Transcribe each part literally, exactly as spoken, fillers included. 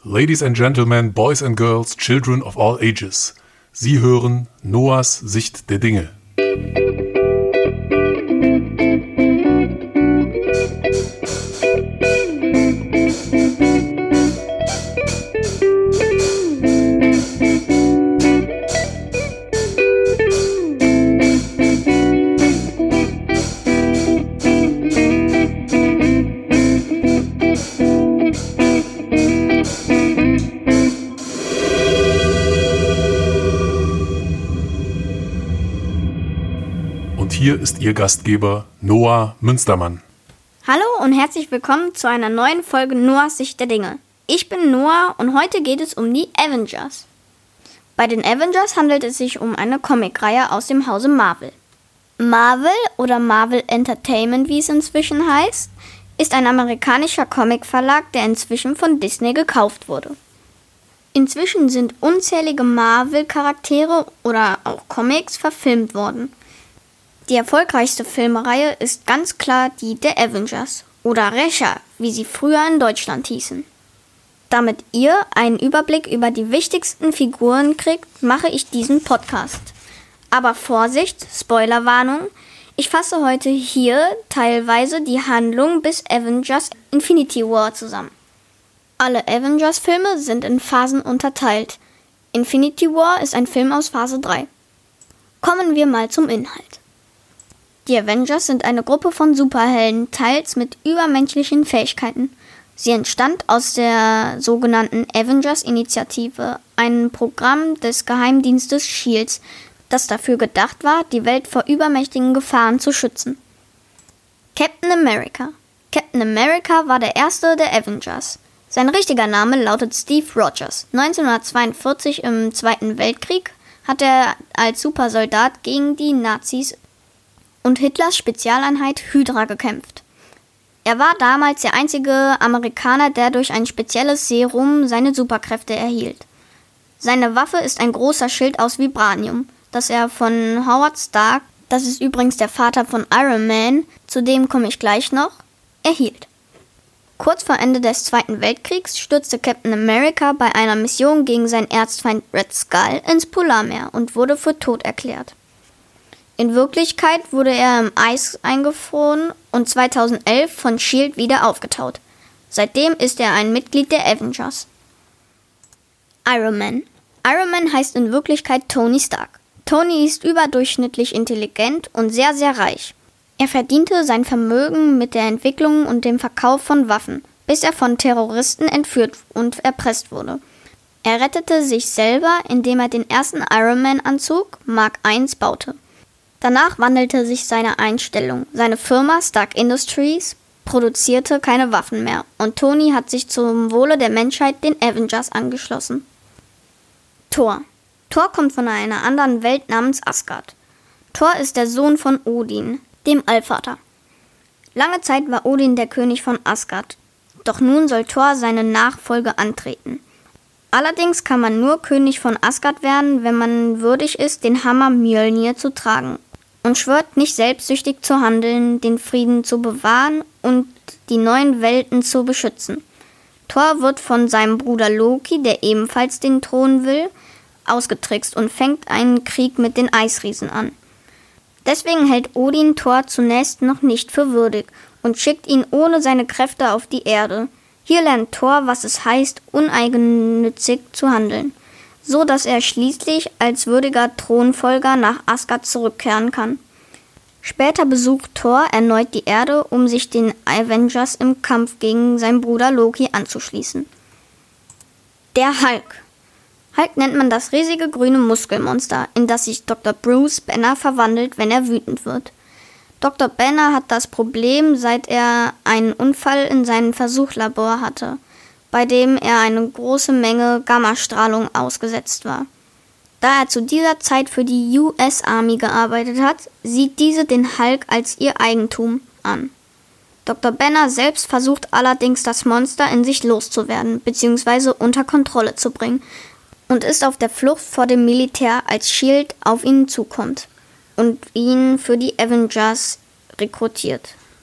Ladies and Gentlemen, Boys and Girls, Children of all ages. Sie hören Noahs Sicht der Dinge. Hier ist Ihr Gastgeber Noah Münstermann. Hallo und herzlich willkommen zu einer neuen Folge Noahs Sicht der Dinge. Ich bin Noah und heute geht es um die Avengers. Bei den Avengers handelt es sich um eine Comicreihe aus dem Hause Marvel. Marvel oder Marvel Entertainment, wie es inzwischen heißt, ist ein amerikanischer Comicverlag, der inzwischen von Disney gekauft wurde. Inzwischen sind unzählige Marvel-Charaktere oder auch Comics verfilmt worden. Die erfolgreichste Filmreihe ist ganz klar die der Avengers oder Rächer, wie sie früher in Deutschland hießen. Damit ihr einen Überblick über die wichtigsten Figuren kriegt, mache ich diesen Podcast. Aber Vorsicht, Spoilerwarnung, ich fasse heute hier teilweise die Handlung bis Avengers Infinity War zusammen. Alle Avengers-Filme sind in Phasen unterteilt. Infinity War ist ein Film aus Phase drei. Kommen wir mal zum Inhalt. Die Avengers sind eine Gruppe von Superhelden, teils mit übermenschlichen Fähigkeiten. Sie entstand aus der sogenannten Avengers-Initiative, einem Programm des Geheimdienstes Shield, das dafür gedacht war, die Welt vor übermächtigen Gefahren zu schützen. Captain America. Captain America war der erste der Avengers. Sein richtiger Name lautet Steve Rogers. neunzehnhundertzweiundvierzig im Zweiten Weltkrieg hat er als Supersoldat gegen die Nazis und Hitlers Spezialeinheit Hydra gekämpft. Er war damals der einzige Amerikaner, der durch ein spezielles Serum seine Superkräfte erhielt. Seine Waffe ist ein großer Schild aus Vibranium, das er von Howard Stark, das ist übrigens der Vater von Iron Man, zu dem komme ich gleich noch, erhielt. Kurz vor Ende des Zweiten Weltkriegs stürzte Captain America bei einer Mission gegen seinen Erzfeind Red Skull ins Polarmeer und wurde für tot erklärt. In Wirklichkeit wurde er im Eis eingefroren und zweitausendelf von Shield wieder aufgetaut. Seitdem ist er ein Mitglied der Avengers. Iron Man. Iron Man heißt in Wirklichkeit Tony Stark. Tony ist überdurchschnittlich intelligent und sehr, sehr reich. Er verdiente sein Vermögen mit der Entwicklung und dem Verkauf von Waffen, bis er von Terroristen entführt und erpresst wurde. Er rettete sich selber, indem er den ersten Iron Man-Anzug Mark eins baute. Danach wandelte sich seine Einstellung. Seine Firma Stark Industries produzierte keine Waffen mehr und Tony hat sich zum Wohle der Menschheit den Avengers angeschlossen. Thor. Thor kommt von einer anderen Welt namens Asgard. Thor ist der Sohn von Odin, dem Allvater. Lange Zeit war Odin der König von Asgard, doch nun soll Thor seine Nachfolge antreten. Allerdings kann man nur König von Asgard werden, wenn man würdig ist, den Hammer Mjölnir zu tragen und schwört, nicht selbstsüchtig zu handeln, den Frieden zu bewahren und die neuen Welten zu beschützen. Thor wird von seinem Bruder Loki, der ebenfalls den Thron will, ausgetrickst und fängt einen Krieg mit den Eisriesen an. Deswegen hält Odin Thor zunächst noch nicht für würdig und schickt ihn ohne seine Kräfte auf die Erde. Hier lernt Thor, was es heißt, uneigennützig zu handeln, so dass er schließlich als würdiger Thronfolger nach Asgard zurückkehren kann. Später besucht Thor erneut die Erde, um sich den Avengers im Kampf gegen seinen Bruder Loki anzuschließen. Der Hulk. Hulk nennt man das riesige grüne Muskelmonster, in das sich Doktor Bruce Banner verwandelt, wenn er wütend wird. Doktor Banner hat das Problem, seit er einen Unfall in seinem Versuchlabor hatte, bei dem er eine große Menge Gammastrahlung ausgesetzt war. Da er zu dieser Zeit für die U S Army gearbeitet hat, sieht diese den Hulk als ihr Eigentum an. Doktor Banner selbst versucht allerdings, das Monster in sich loszuwerden bzw. unter Kontrolle zu bringen und ist auf der Flucht vor dem Militär, als Shield auf ihn zukommt und ihn für die Avengers rekrutiert.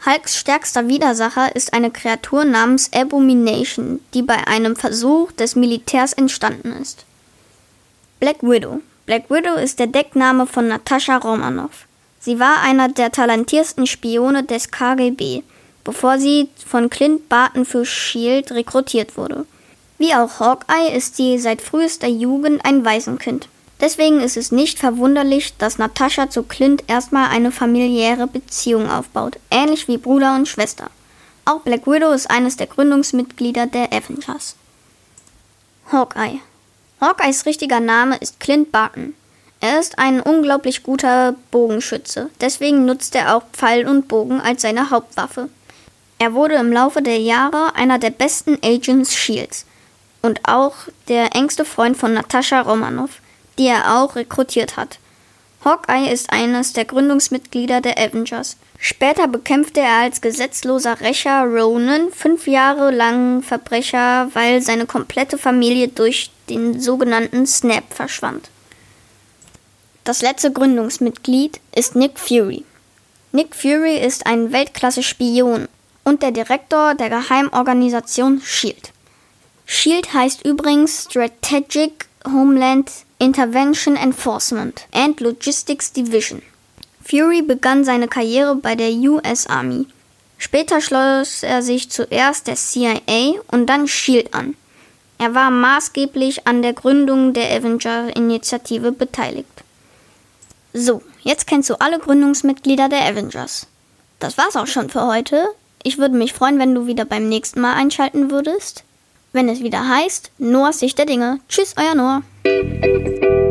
Hulks stärkster Widersacher ist eine Kreatur namens Abomination, die bei einem Versuch des Militärs entstanden ist. Black Widow. Black Widow ist der Deckname von Natascha Romanoff. Sie war einer der talentiertesten Spione des K G B, bevor sie von Clint Barton für S H I E L D rekrutiert wurde. Wie auch Hawkeye ist sie seit frühester Jugend ein Waisenkind. Deswegen ist es nicht verwunderlich, dass Natascha zu Clint erstmal eine familiäre Beziehung aufbaut, ähnlich wie Bruder und Schwester. Auch Black Widow ist eines der Gründungsmitglieder der Avengers. Hawkeye. Hawkeyes richtiger Name ist Clint Barton. Er ist ein unglaublich guter Bogenschütze, deswegen nutzt er auch Pfeil und Bogen als seine Hauptwaffe. Er wurde im Laufe der Jahre einer der besten Agents S H I E L D und auch der engste Freund von Natascha Romanoff, die er auch rekrutiert hat. Hawkeye ist eines der Gründungsmitglieder der Avengers. Später bekämpfte er als gesetzloser Rächer Ronan fünf Jahre lang Verbrecher, weil seine komplette Familie durch den sogenannten Snap verschwand. Das letzte Gründungsmitglied ist Nick Fury. Nick Fury ist ein Weltklasse-Spion und der Direktor der Geheimorganisation S H I E L D. S H I E L D heißt übrigens Strategic Homeland Intervention Enforcement and Logistics Division. Fury begann seine Karriere bei der U S Army. Später schloss er sich zuerst der C I A und dann S H I E L D an. Er war maßgeblich an der Gründung der Avenger-Initiative beteiligt. So, jetzt kennst du alle Gründungsmitglieder der Avengers. Das war's auch schon für heute. Ich würde mich freuen, wenn du wieder beim nächsten Mal einschalten würdest, wenn es wieder heißt Noahs Sicht der Dinge. Tschüss, euer Noah.